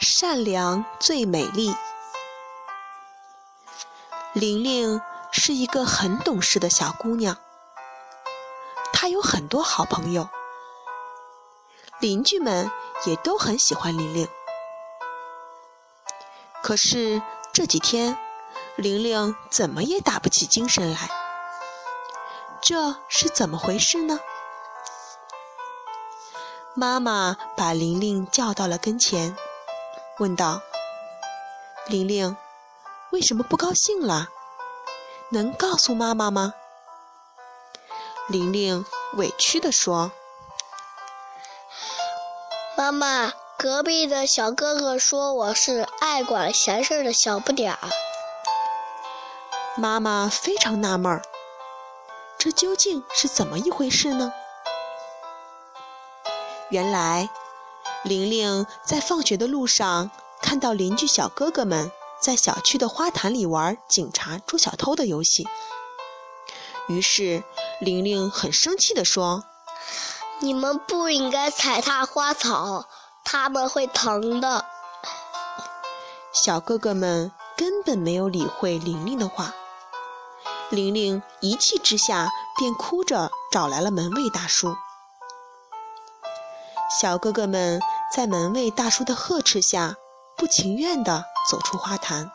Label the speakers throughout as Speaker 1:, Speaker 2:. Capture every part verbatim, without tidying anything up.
Speaker 1: 善良最美丽。玲玲是一个很懂事的小姑娘，她有很多好朋友，邻居们也都很喜欢玲玲。可是这几天，玲玲怎么也打不起精神来，这是怎么回事呢？妈妈把玲玲叫到了跟前，问道：玲玲，为什么不高兴了？能告诉妈妈吗？玲玲委屈地说：
Speaker 2: 妈妈，隔壁的小哥哥说我是爱管闲事的小不点儿。
Speaker 1: 妈妈非常纳闷儿，这究竟是怎么一回事呢？原来，玲玲在放学的路上看到邻居小哥哥们在小区的花坛里玩警察捉小偷的游戏，于是玲玲很生气地说：
Speaker 2: 你们不应该踩踏花草，它们会疼的。
Speaker 1: 小哥哥们根本没有理会玲玲的话，玲玲一气之下便哭着找来了门卫大叔。小哥哥们在门卫大叔的呵斥下，不情愿地走出花坛。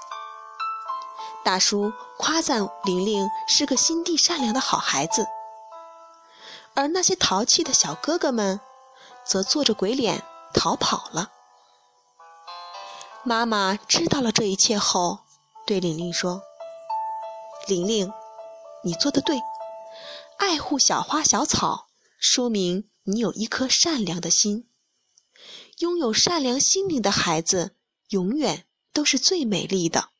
Speaker 1: 大叔夸赞玲玲是个心地善良的好孩子，而那些淘气的小哥哥们则做着鬼脸逃跑了。妈妈知道了这一切后，对玲玲说：玲玲，你做得对，爱护小花小草，说明你有一颗善良的心。拥有善良心灵的孩子，永远都是最美丽的。